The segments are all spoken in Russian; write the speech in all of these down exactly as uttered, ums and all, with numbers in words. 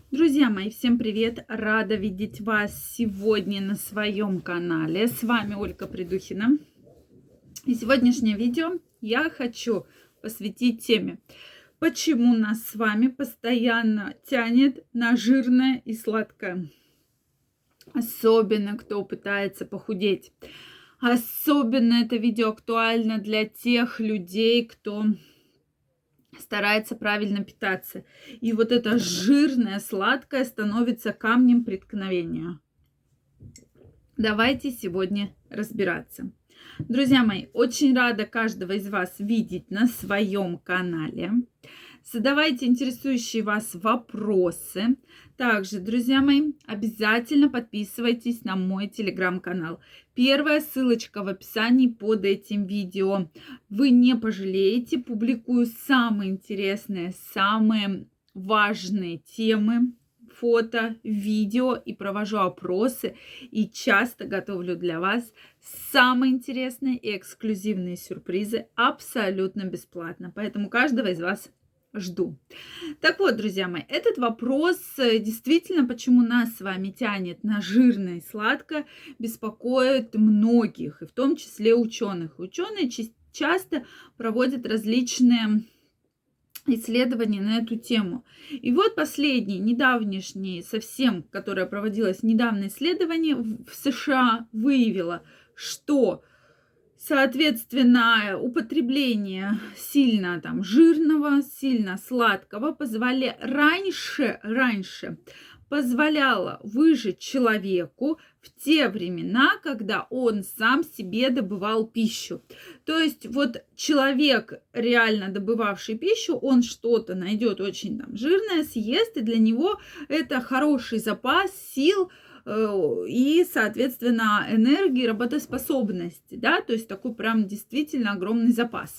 Друзья мои, всем привет! Рада видеть вас сегодня на своем канале. С вами Ольга Придухина. И сегодняшнее видео я хочу посвятить теме, почему нас с вами постоянно тянет на жирное и сладкое. Особенно кто пытается похудеть. Особенно это видео актуально для тех людей, кто старается правильно питаться. И вот это жирное, сладкое становится камнем преткновения. Давайте сегодня разбираться. Друзья мои, очень рада каждого из вас видеть на своем канале. Задавайте интересующие вас вопросы. Также, друзья мои, обязательно подписывайтесь на мой телеграм-канал. Первая ссылочка в описании под этим видео. Вы не пожалеете, публикую самые интересные, самые важные темы, фото, видео и провожу опросы. И часто готовлю для вас самые интересные и эксклюзивные сюрпризы абсолютно бесплатно. Поэтому каждого из вас жду. Так вот, друзья мои, этот вопрос действительно, почему нас с вами тянет на жирное и сладкое, беспокоит многих, и в том числе ученых. Ученые часто проводят различные исследования на эту тему. И вот последнее, недавнешнее, совсем, которое проводилось недавно исследование в США, выявило, что соответственно, употребление сильно там жирного, сильно сладкого позволя... раньше, раньше позволяло выжить человеку в те времена, когда он сам себе добывал пищу. То есть вот человек, реально добывавший пищу, он что-то найдет очень там жирное, съест, и для него это хороший запас сил, и, соответственно, энергии, работоспособности, да, то есть такой прям действительно огромный запас.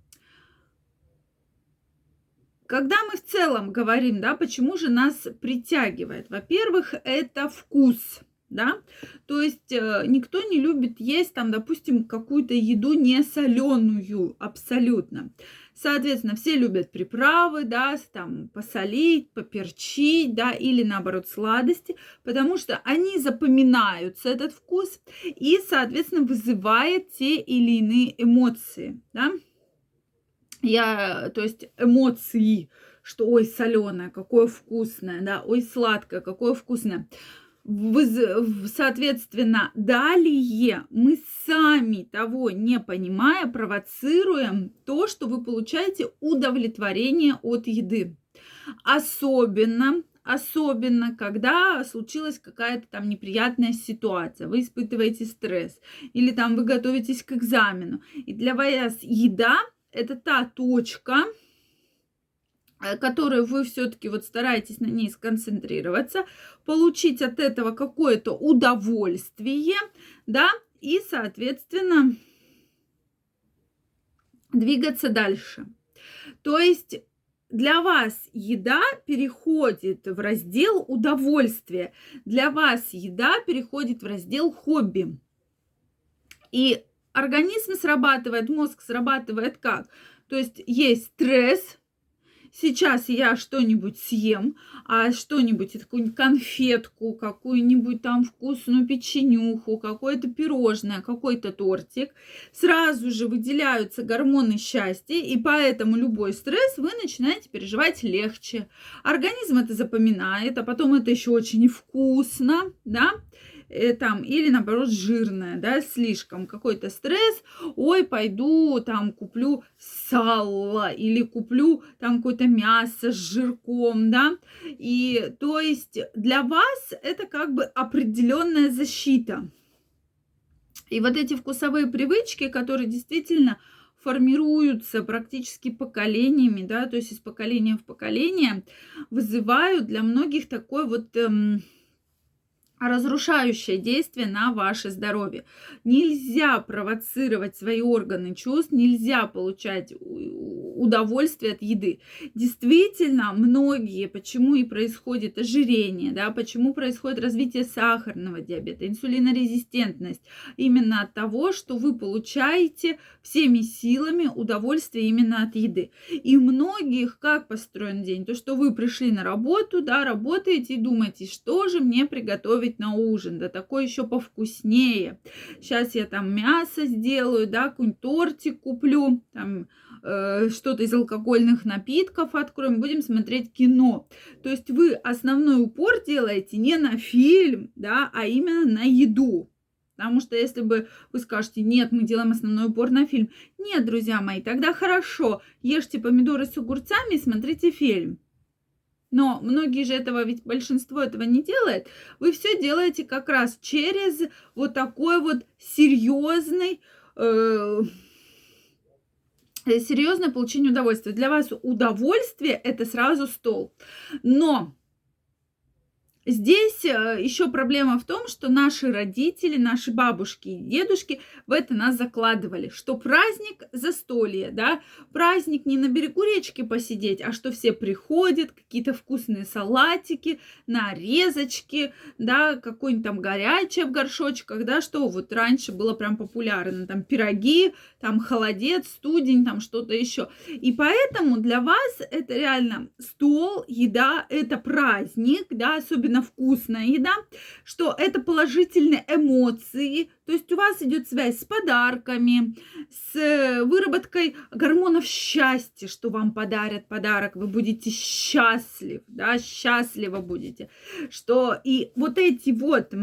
Когда мы в целом говорим, да, почему же нас притягивает? Во-первых, это вкус, да, то есть э, никто не любит есть там, допустим, какую-то еду не соленую абсолютно. Соответственно, все любят приправы, да, там посолить, поперчить, да, или наоборот сладости, потому что они запоминаются, этот вкус, и, соответственно, вызывает те или иные эмоции, да. Я, то есть эмоции, что ой, соленое, какое вкусное, да, ой, сладкое, какое вкусное. Соответственно, далее мы сами, того не понимая, провоцируем то, что вы получаете удовлетворение от еды. Особенно, особенно, когда случилась какая-то там неприятная ситуация, вы испытываете стресс, или там вы готовитесь к экзамену. И для вас еда – это та точка, которую вы все-таки вот стараетесь на ней сконцентрироваться, получить от этого какое-то удовольствие, да, и, соответственно, двигаться дальше. То есть для вас еда переходит в раздел удовольствия, для вас еда переходит в раздел хобби. И организм срабатывает, мозг срабатывает как? То есть есть стресс, сейчас я что-нибудь съем, а что-нибудь, какую-нибудь конфетку, какую-нибудь там вкусную печенюху, какое-то пирожное, какой-то тортик, сразу же выделяются гормоны счастья, и поэтому любой стресс вы начинаете переживать легче. Организм это запоминает, а потом это еще очень вкусно, да, там, или наоборот жирное, да, слишком какой-то стресс, ой, пойду там куплю сало или куплю там какое-то мясо с жирком, да, и то есть для вас это как бы определенная защита. И вот эти вкусовые привычки, которые действительно формируются практически поколениями, да, то есть из поколения в поколение, вызывают для многих такой вот эм, разрушающее действие на ваше здоровье. Нельзя провоцировать свои органы чувств, нельзя получать удовольствие от еды. Действительно, многие, почему и происходит ожирение, да, почему происходит развитие сахарного диабета, инсулинорезистентность, именно от того, что вы получаете всеми силами удовольствие именно от еды. И у многих как построен день? То, что вы пришли на работу, да, работаете и думаете, что же мне приготовить на ужин, да, такое еще повкуснее. Сейчас я там мясо сделаю, да, какой-нибудь тортик куплю, там, э, что-то из алкогольных напитков откроем, будем смотреть кино. То есть вы основной упор делаете не на фильм, да, а именно на еду. Потому что если бы вы скажете, нет, мы делаем основной упор на фильм. Нет, друзья мои, тогда хорошо, ешьте помидоры с огурцами и смотрите фильм. Но многие же этого, ведь большинство этого не делает. Вы все делаете как раз через вот такой вот серьезный, э, серьезное получение удовольствия. Для вас удовольствие – это сразу стол. Но здесь еще проблема в том, что наши родители, наши бабушки и дедушки в это нас закладывали, что праздник застолье, да, праздник не на берегу речки посидеть, а что все приходят, какие-то вкусные салатики, нарезочки, да, какой-нибудь там горячее в горшочках, да, что вот раньше было прям популярно, там пироги, там холодец, студень, там что-то еще. И поэтому для вас это реально стол, еда, это праздник, да, особенно вкусная еда, что это положительные эмоции, то есть у вас идет связь с подарками, с выработкой гормонов счастья, что вам подарят подарок, вы будете счастлив, да, счастливо будете, что и вот эти вот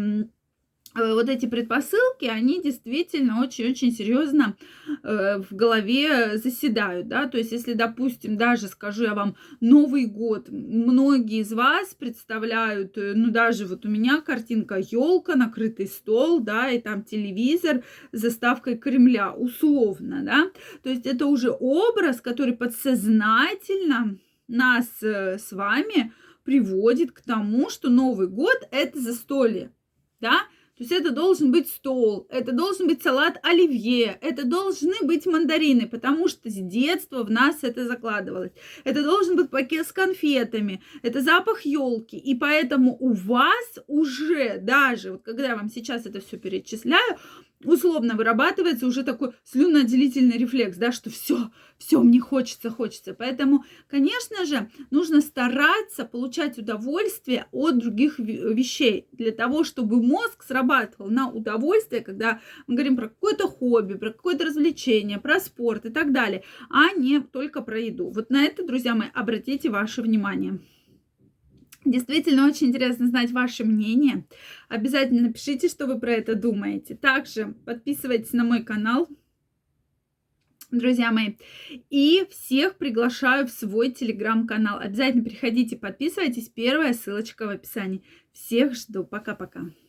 вот эти предпосылки, они действительно очень-очень серьезно э, в голове заседают, да, то есть если, допустим, даже скажу я вам Новый год, многие из вас представляют, ну даже вот у меня картинка елка, накрытый стол, да, и там телевизор с заставкой Кремля, условно, да, то есть это уже образ, который подсознательно нас э, с вами приводит к тому, что Новый год это застолье, да. То есть это должен быть стол, это должен быть салат оливье, это должны быть мандарины, потому что с детства в нас это закладывалось. Это должен быть пакет с конфетами, это запах елки. И поэтому у вас уже даже, вот когда я вам сейчас это все перечисляю, условно вырабатывается уже такой слюноотделительный рефлекс, да, что все, все мне хочется, хочется. Поэтому, конечно же, нужно стараться получать удовольствие от других вещей для того, чтобы мозг срабатывал на удовольствие, когда мы говорим про какое-то хобби, про какое-то развлечение, про спорт и так далее, а не только про еду. Вот на это, друзья мои, обратите ваше внимание. Действительно, очень интересно знать ваше мнение. Обязательно пишите, что вы про это думаете. Также подписывайтесь на мой канал, друзья мои. И всех приглашаю в свой телеграм-канал. Обязательно приходите, подписывайтесь. Первая ссылочка в описании. Всех жду. Пока-пока.